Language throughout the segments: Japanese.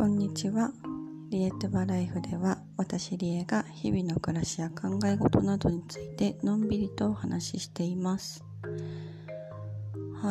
こんにちは。リエトゥバライフでは、私リエが日々の暮らしや考え事などについてのんびりとお話ししています。はい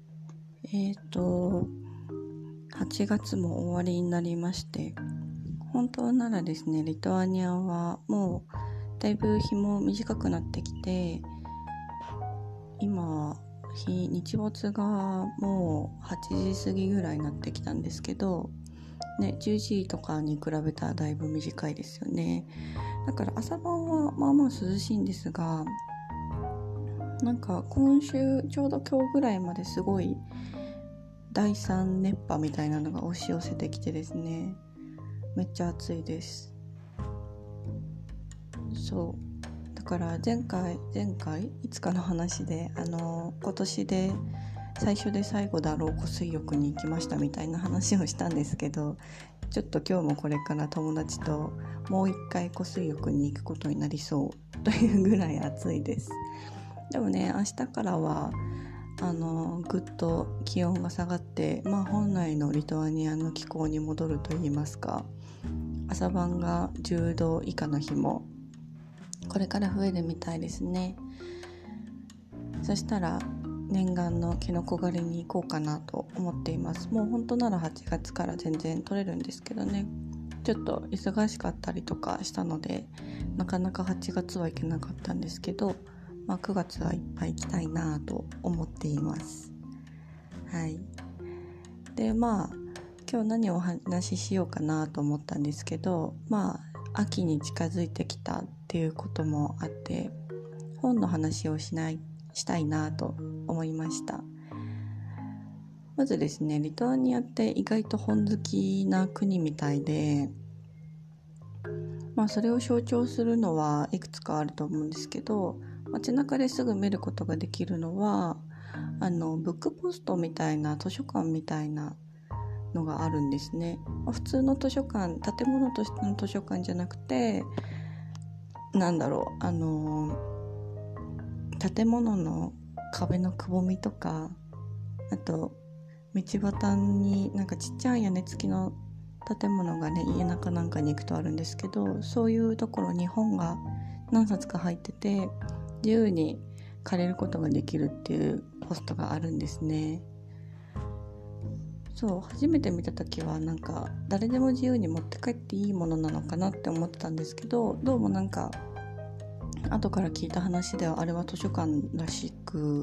。8月も終わりになりまして、本当ならですね、リトアニアはもうだいぶ日も短くなってきて、今日没がもう8時過ぎぐらいになってきたんですけどね、10時とかに比べたらだいぶ短いですよね。だから朝晩はまあまあ涼しいんですが、なんか今週ちょうど今日ぐらいまですごい第3熱波みたいなのが押し寄せてきてですね、めっちゃ暑いです。そうだから前回いつかの話で今年で最初で最後だろう湖水浴に行きましたみたいな話をしたんですけど、ちょっと今日もこれから友達ともう一回湖水浴に行くことになりそうというぐらい暑いです。でもね、明日からはぐっと気温が下がって、本来のリトアニアの気候に戻るといいますか、朝晩が10度以下の日もこれから増えるみたいですね。そしたら念願のキノコ狩りに行こうかなと思っています。もう本当なら8月から全然取れるんですけどね、ちょっと忙しかったりとかしたのでなかなか8月は行けなかったんですけど、9月はいっぱい行きたいなと思っています。はい。で今日何をお話ししようかなと思ったんですけど、秋に近づいてきたっていうこともあって本の話をしたいなと思いました。まずですね、リトアニアって意外と本好きな国みたいで、それを象徴するのはいくつかあると思うんですけど、街中ですぐ見ることができるのはブックポストみたいな図書館みたいなのがあるんですね。普通の図書館、建物としての図書館じゃなくて、建物の壁のくぼみとか、あと道端になんかちっちゃい屋根付きの建物がね、家中なんかに行くとあるんですけど、そういうところに本が何冊か入ってて自由に借りることができるっていうポストがあるんですね。初めて見た時はなんか誰でも自由に持って帰っていいものなのかなって思ってたんですけど、どうもなんか後から聞いた話ではあれは図書館らしく、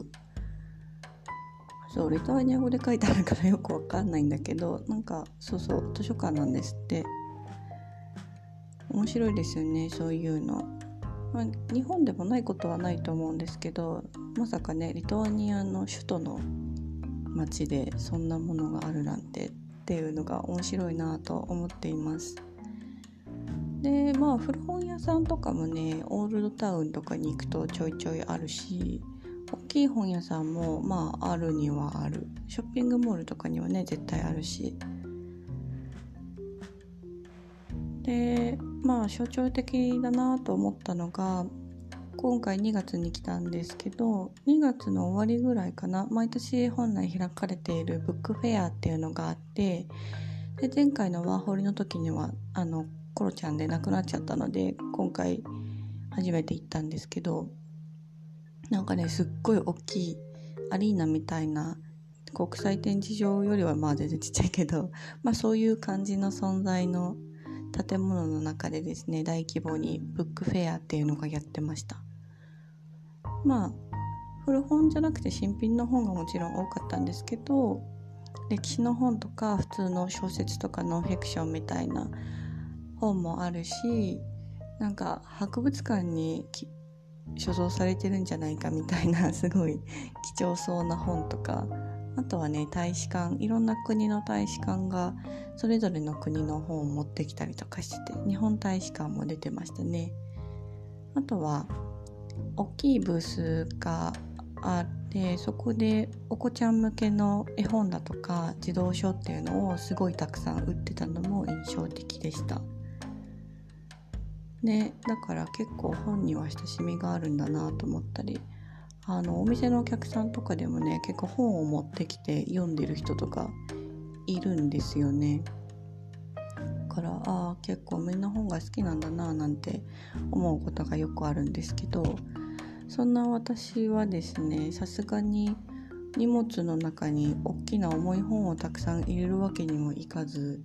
リトアニア語で書いてあるからよくわかんないんだけど、なんか図書館なんですって。面白いですよね、そういうの。日本でもないことはないと思うんですけど、まさかね、リトアニアの首都の街でそんなものがあるなんてっていうのが面白いなと思っています。で古本屋さんとかもね、オールドタウンとかに行くとちょいちょいあるし、大きい本屋さんもあるにはある。ショッピングモールとかにはね絶対あるし、で象徴的だなと思ったのが、今回2月に来たんですけど、2月の終わりぐらいかな、毎年本来開かれているブックフェアっていうのがあって、で前回のワーホリの時にはコロちゃんで亡くなっちゃったので、今回初めて行ったんですけど、なんかね、すっごい大きいアリーナみたいな、国際展示場よりは全然ちっちゃいけど、そういう感じの存在の建物の中でですね、大規模にブックフェアっていうのがやってました。古本じゃなくて新品の本がもちろん多かったんですけど、歴史の本とか普通の小説とかノンフィクションみたいな本もあるし、なんか博物館に所蔵されてるんじゃないかみたいなすごい貴重そうな本とか、あとはね、大使館、いろんな国の大使館がそれぞれの国の本を持ってきたりとかしてて、日本大使館も出てましたね。あとは大きいブースがあって、そこでお子ちゃん向けの絵本だとか児童書っていうのをすごいたくさん売ってたのも印象的でしたね。だから結構本には親しみがあるんだなと思ったり、お店のお客さんとかでもね、結構本を持ってきて読んでる人とかいるんですよね。 から結構みんな本が好きなんだななんて思うことがよくあるんですけど、そんな私はですね、さすがに荷物の中に大きな重い本をたくさん入れるわけにもいかず、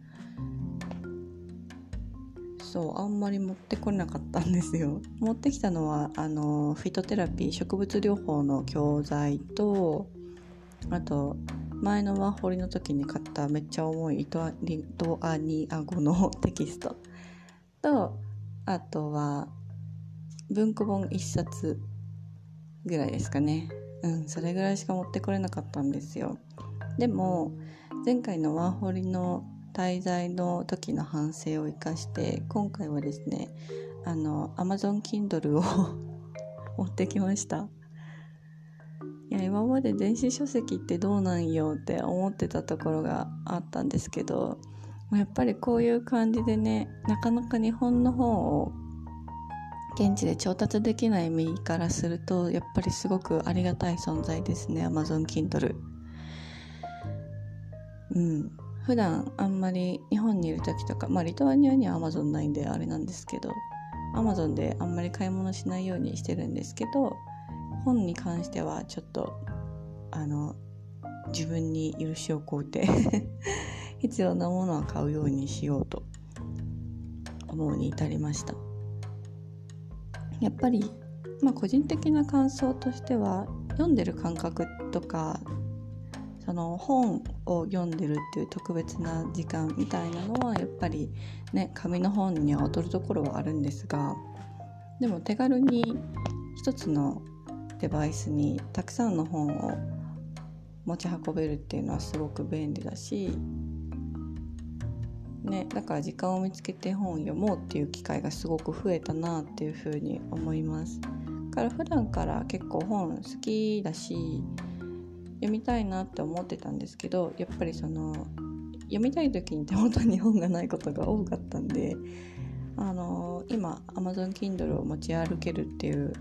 あんまり持ってこれなかったんですよ。持ってきたのはフィトテラピー、植物療法の教材と、あと前のワーホリの時に買っためっちゃ重いリトアニア語のテキストと、あとは文庫本1冊ぐらいですかね。それぐらいしか持ってこれなかったんですよ。でも前回のワーホリの滞在の時の反省を生かして、今回はですねAmazon Kindle を持ってきました。いや、今まで電子書籍ってどうなんよって思ってたところがあったんですけど、やっぱりこういう感じでね、なかなか日本の本を現地で調達できない身からすると、やっぱりすごくありがたい存在ですね、 Amazon Kindle。普段あんまり日本にいる時とか、リトアニアには Amazon ないんであれなんですけど、 Amazon であんまり買い物しないようにしてるんですけど、本に関してはちょっと自分に許しを請うて必要なものは買うようにしようと思うに至りました。やっぱり個人的な感想としては、読んでる感覚とか、その本を読んでるっていう特別な時間みたいなのはやっぱりね、紙の本には劣るところはあるんですが、でも手軽に一つのデバイスにたくさんの本を持ち運べるっていうのはすごく便利だし、だから時間を見つけて本を読もうっていう機会がすごく増えたなっていうふうに思います。だから普段から結構本好きだし、読みたいなって思ってたんですけど、やっぱり読みたい時に手元に本がないことが多かったんで、今 Amazon Kindle を持ち歩けるっていう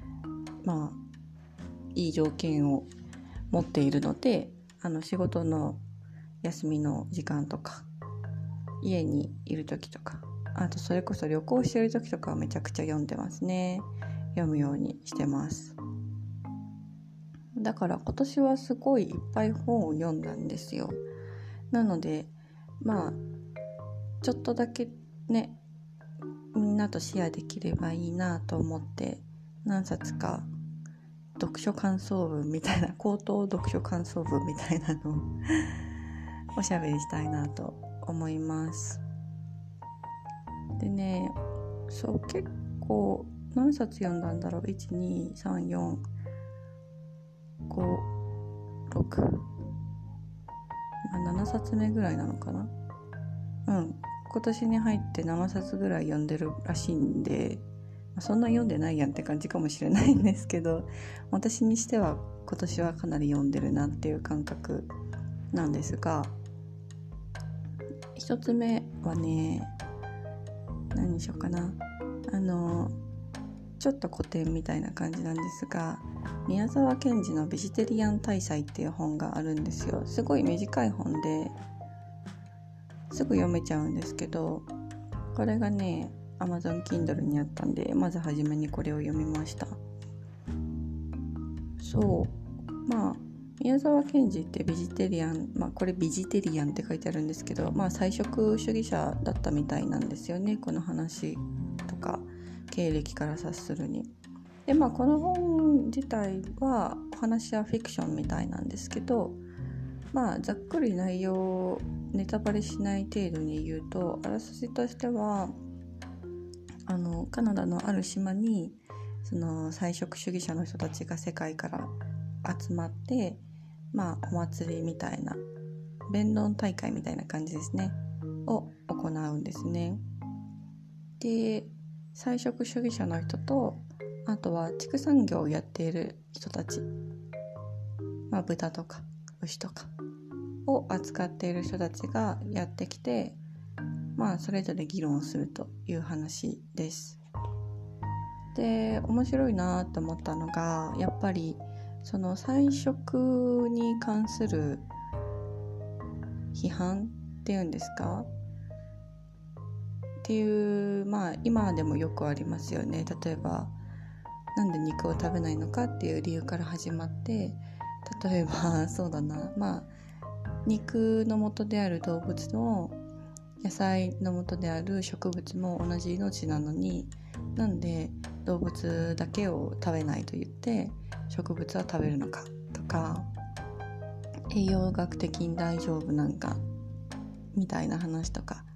いい条件を持っているので、仕事の休みの時間とか、家にいる時とか、あとそれこそ旅行してる時とかはめちゃくちゃ読んでますね。読むようにしてます。だから今年はすごいいっぱい本を読んだんですよ。なのでちょっとだけね、みんなとシェアできればいいなと思って、何冊か読書感想文みたいな、口頭読書感想文みたいなのをおしゃべりしたいなと思います。でね、結構何冊読んだんだろう。 1,2,3,4,5,6 7冊目ぐらいなのかな。今年に入って7冊ぐらい読んでるらしいんで、そんな読んでないやんって感じかもしれないんですけど、私にしては今年はかなり読んでるなっていう感覚なんですが、一つ目はね、何にしようかな。ちょっと古典みたいな感じなんですが、宮沢賢治のベジタリアン大祭っていう本があるんですよ。すごい短い本ですぐ読めちゃうんですけど、これがね Amazon Kindle にあったんで、まずはじめにこれを読みました。宮沢賢治ってベジタリアン、これビジテリアンって書いてあるんですけど、菜食主義者だったみたいなんですよね、この話とか経歴から察するに。でこの本自体はお話はフィクションみたいなんですけど、ざっくり内容をネタバレしない程度に言うと、あらすじとしてはカナダのある島にその菜食主義者の人たちが世界から集まって、お祭りみたいな、弁論大会みたいな感じですねを行うんですね。で、菜食主義者の人と、あとは畜産業をやっている人たち、豚とか牛とかを扱っている人たちがやってきて、それぞれ議論をするという話です。で、面白いなと思ったのが、やっぱりその菜食に関する批判っていうんですか、 っていう、今でもよくありますよね。例えばなんで肉を食べないのかっていう理由から始まって、例えばそうだな、肉の元である動物も野菜の元である植物も同じ命なのに、なんで動物だけを食べないと言って植物は食べるのかとか、栄養学的に大丈夫なんかみたいな話とか、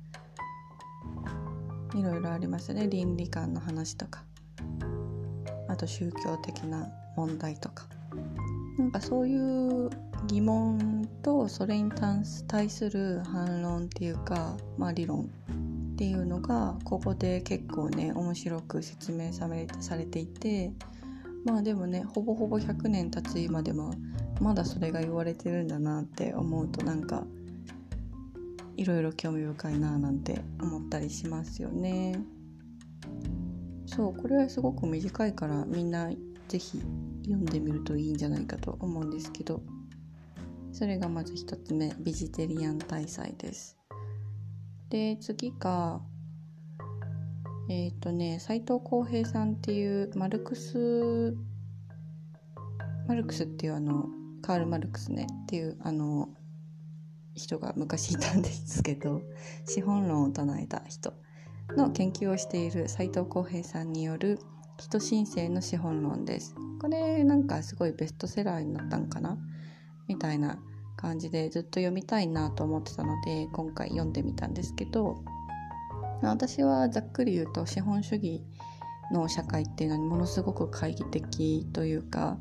いろいろありますね。倫理観の話とか、あと宗教的な問題とか、なんかそういう疑問とそれに対する反論っていうか、理論っていうのがここで結構ね面白く説明されていて、でもねほぼほぼ100年経つ今でもまだそれが言われてるんだなって思うと、なんかいろいろ興味深いななんて思ったりしますよね。そう、これはすごく短いからみんなぜひ読んでみるといいんじゃないかと思うんですけど、それがまず一つ目、ベジタリアン大祭です。で、次が斉藤浩平さんっていうマルクスっていうカール・マルクスねっていう人が昔いたんですけど、資本論を唱えた人の研究をしている斉藤浩平さんによる人新世の資本論です。これなんかすごいベストセラーになったんかなみたいな感じでずっと読みたいなと思ってたので今回読んでみたんですけど、私はざっくり言うと資本主義の社会っていうのにものすごく懐疑的というか、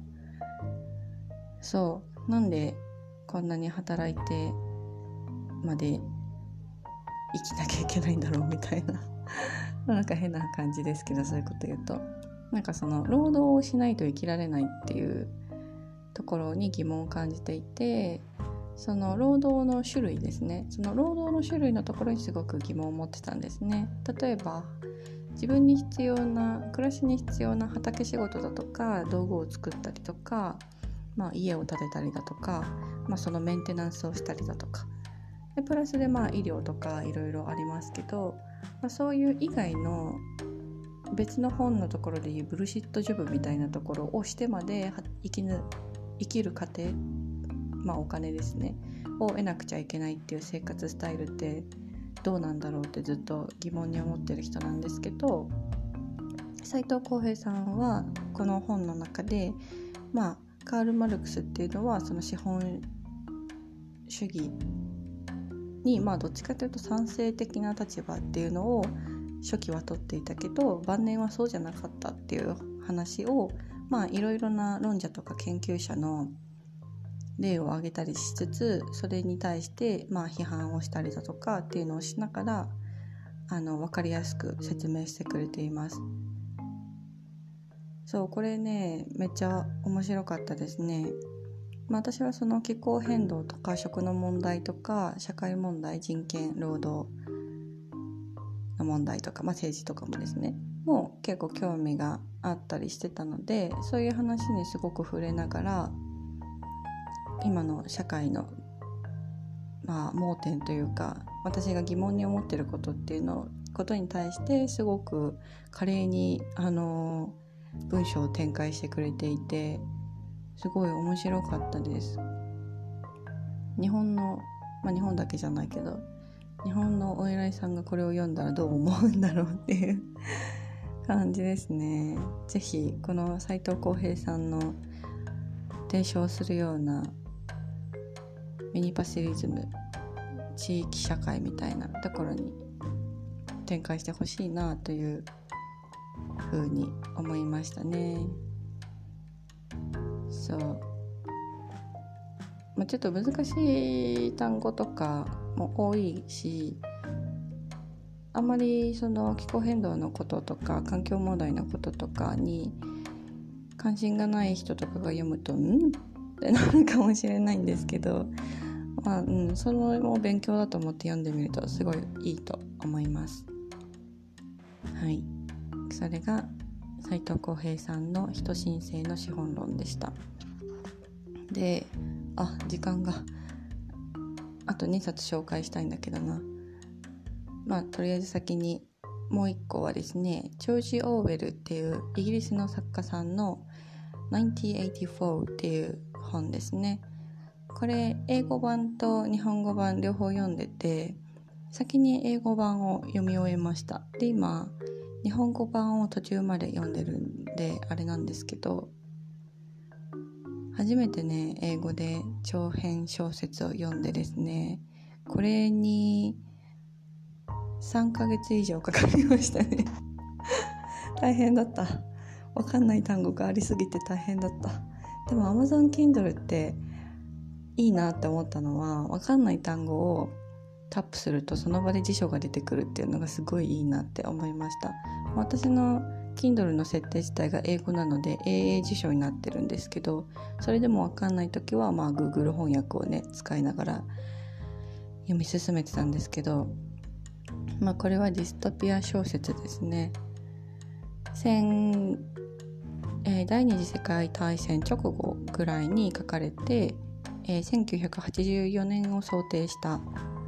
そうなんでこんなに働いてまで生きなきゃいけないんだろうみたいななんか変な感じですけど、そういうこと言うとなんかその労働をしないと生きられないっていうところに疑問を感じていて、その労働の種類ですね、その労働の種類のところにすごく疑問を持ってたんですね。例えば自分に必要な暮らしに必要な畑仕事だとか道具を作ったりとか、家を建てたりだとか、そのメンテナンスをしたりだとかで、プラスで医療とかいろいろありますけど、そういう以外の別の本のところでいうブルシットジョブみたいなところをしてまで生きる過程、お金ですねを得なくちゃいけないっていう生活スタイルってどうなんだろうってずっと疑問に思ってる人なんですけど、斉藤浩平さんはこの本の中で、カール・マルクスっていうのはその資本主義にどっちかというと賛成的な立場っていうのを初期は取っていたけど晩年はそうじゃなかったっていう話をいろいろな論者とか研究者の例を挙げたりしつつ、それに対して批判をしたりだとかっていうのをしながら分かりやすく説明してくれています。そう、これねめっちゃ面白かったですね。私はその気候変動とか食の問題とか社会問題、人権、労働の問題とか、政治とかもですねもう結構興味があったりしてたので、そういう話にすごく触れながら今の社会の盲点というか私が疑問に思ってることっていうことに対してすごく華麗に文章を展開してくれていてすごい面白かったです。日本だけじゃないけど日本のお偉いさんがこれを読んだらどう思うんだろうっていう感じですね。ぜひこの斉藤浩平さんの提唱するようなミニパシリズム、地域社会みたいなところに展開してほしいなというふうに思いましたね。そう、ちょっと難しい単語とかも多いし、あんまりその気候変動のこととか環境問題のこととかに関心がない人とかが読むとってなるかもしれないんですけど、それも勉強だと思って読んでみるとすごいいいと思います。はい、それが斉藤浩平さんの人新世の資本論でした。で、時間があと2冊紹介したいんだけどな。とりあえず先にもう一個はですね、ジョージ・オーウェルっていうイギリスの作家さんの1984っていう本ですね。これ英語版と日本語版両方読んでて、先に英語版を読み終えました。で、今日本語版を途中まで読んでるんであれなんですけど、初めてね英語で長編小説を読んでですね、これに3ヶ月以上かかりましたね大変だった。わかんない単語がありすぎて大変だった。でも Amazon Kindle っていいなって思ったのは、わかんない単語をタップするとその場で辞書が出てくるっていうのがすごいいいなって思いました。私の Kindle の設定自体が英語なので英英辞書になってるんですけど、それでもわかんない時はGoogle 翻訳をね使いながら読み進めてたんですけど、これはディストピア小説ですね。第二次世界大戦直後ぐらいに書かれて、1984年を想定した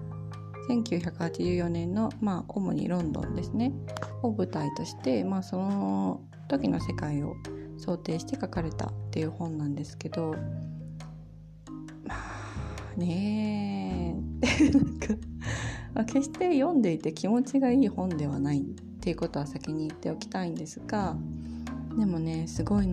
1984年の、主にロンドンですねを舞台として、その時の世界を想定して書かれたっていう本なんですけど、決して読んでいて気持ちがいい本ではないっていうことは先に言っておきたいんですが、でもねすごい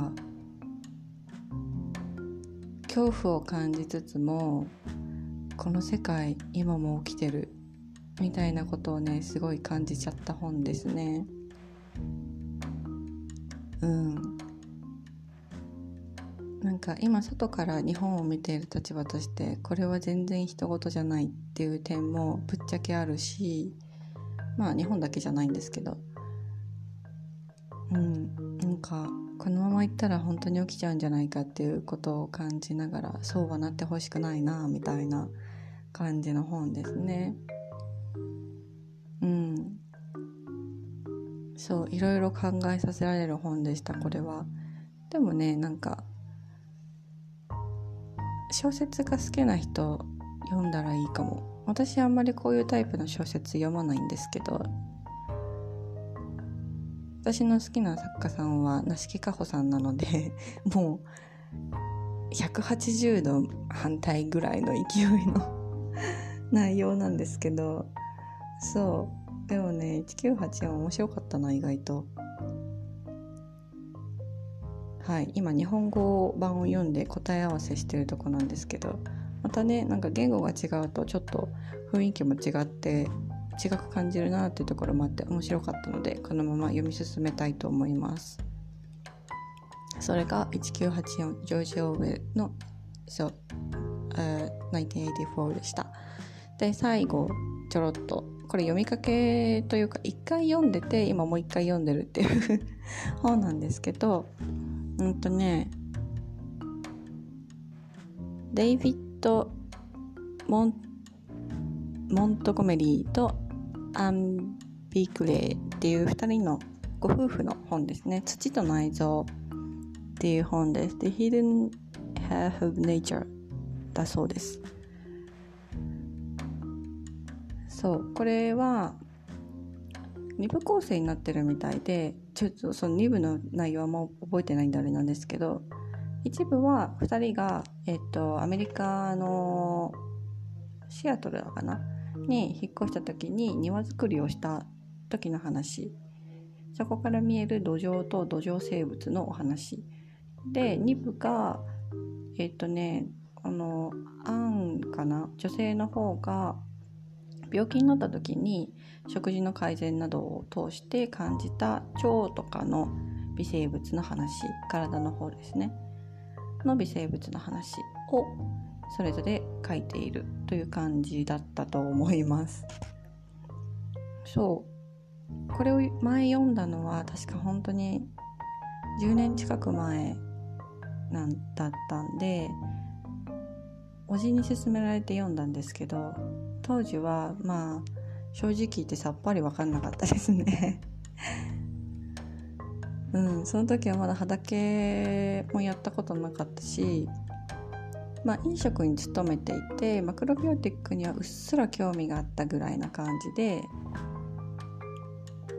恐怖を感じつつも、この世界今も起きてるみたいなことをねすごい感じちゃった本ですね。今外から日本を見ている立場として、これは全然人事じゃないっていう点もぶっちゃけあるし、日本だけじゃないんですけど、このままいったら本当に起きちゃうんじゃないかっていうことを感じながら、そうはなってほしくないなみたいな感じの本ですね。そう、いろいろ考えさせられる本でした、これは。でもね小説が好きな人読んだらいいかも。私あんまりこういうタイプの小説読まないんですけど、私の好きな作家さんは梨木かほさんなのでもう180度反対ぐらいの勢いの内容なんですけど、そうでもね1984面白かったな、意外と。今日本語版を読んで答え合わせしてるとこなんですけど、またね言語が違うとちょっと雰囲気も違って違く感じるなっていうところもあって面白かったので、このまま読み進めたいと思います。それが1984ジョージ・オーウェルの1984でした。で最後ちょろっとこれ読みかけというか一回読んでて今もう一回読んでるっていう本なんですけど、デイビッド・モントゴメリーとアンビクレイっていう2人のご夫婦の本ですね。土と内臓っていう本です。The Hidden Half of Nature だそうです。そうこれは2部構成になってるみたいで、ちょっとその2部の内容はもう覚えてないんであれなんですけど、一部は2人が、アメリカのシアトルだかなに引っ越した時に庭作りをした時の話、そこから見える土壌と土壌生物のお話で、2部がアンかな、女性の方が病気になった時に食事の改善などを通して感じた腸とかの微生物の話、体の方ですねの微生物の話をそれぞれ書いているという感じだったと思います。そうこれを前読んだのは確か本当に10年近く前だったんで、おじに勧められて読んだんですけど、当時は正直言ってさっぱり分かんなかったですねその時はまだ畑もやったことなかったし、飲食に勤めていて、マクロビオティックにはうっすら興味があったぐらいな感じで、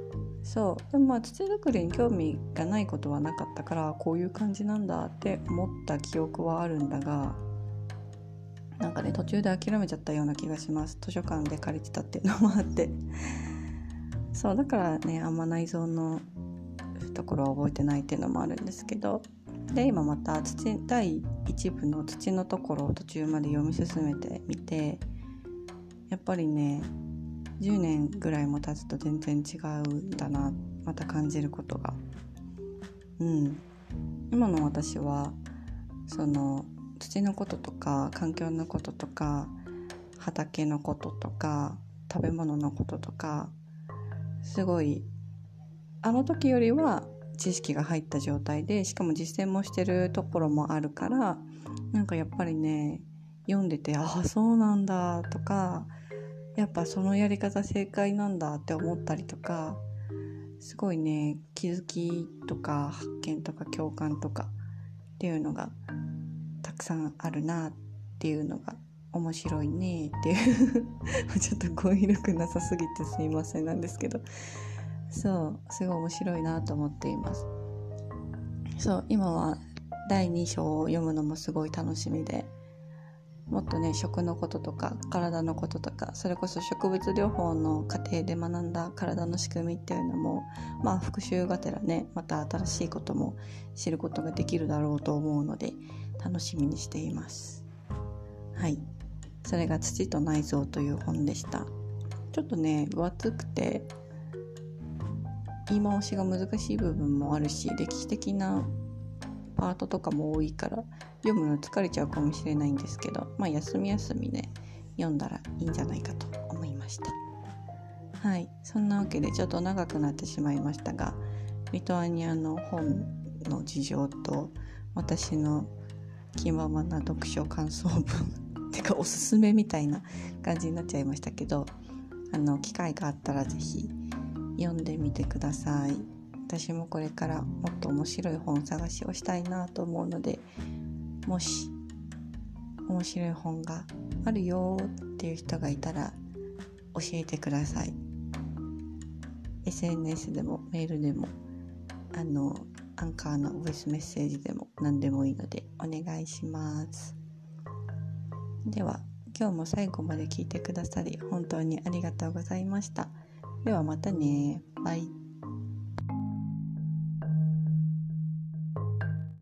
そうでもまあ土作りに興味がないことはなかったからこういう感じなんだって思った記憶はあるんだが、なんかね途中で諦めちゃったような気がします。図書館で借りてたっていうのもあってそうだからねあんま内臓のところは覚えてないっていうのもあるんですけど、で今また第1部の土のところを途中まで読み進めてみて、やっぱりね10年ぐらいも経つと全然違うんだな、また感じることが。今の私はその土のこととか環境のこととか畑のこととか食べ物のこととかすごいあの時よりは知識が入った状態で、しかも実践もしてるところもあるから、なんかやっぱりね読んでてああそうなんだとか、やっぱそのやり方正解なんだって思ったりとか、すごいね気づきとか発見とか共感とかっていうのがたくさんあるなっていうのが面白いねっていうちょっと語彙力なさすぎてすいませんなんですけど、そうすごい面白いなと思っています。そう今は第2章を読むのもすごい楽しみで、もっとね食のこととか体のこととか、それこそ植物療法の過程で学んだ体の仕組みっていうのもまあ復習がてらねまた新しいことも知ることができるだろうと思うので楽しみにしています。はい、それが土と内臓という本でした。ちょっとね分厚くて言い回しが難しい部分もあるし、歴史的なパートとかも多いから読むの疲れちゃうかもしれないんですけど、まあ休み休みね読んだらいいんじゃないかと思いました。はい、そんなわけでちょっと長くなってしまいましたが、リトアニアの本の事情と私の気ままな読書感想文てかおすすめみたいな感じになっちゃいましたけど、機会があったらぜひ読んでみてください。私もこれからもっと面白い本探しをしたいなと思うので、もし面白い本があるよっていう人がいたら教えてください。 SNS でもメールでもアンカーのボイスメッセージでも何でもいいのでお願いします。では今日も最後まで聞いてくださり本当にありがとうございました。ではまたね。バイ。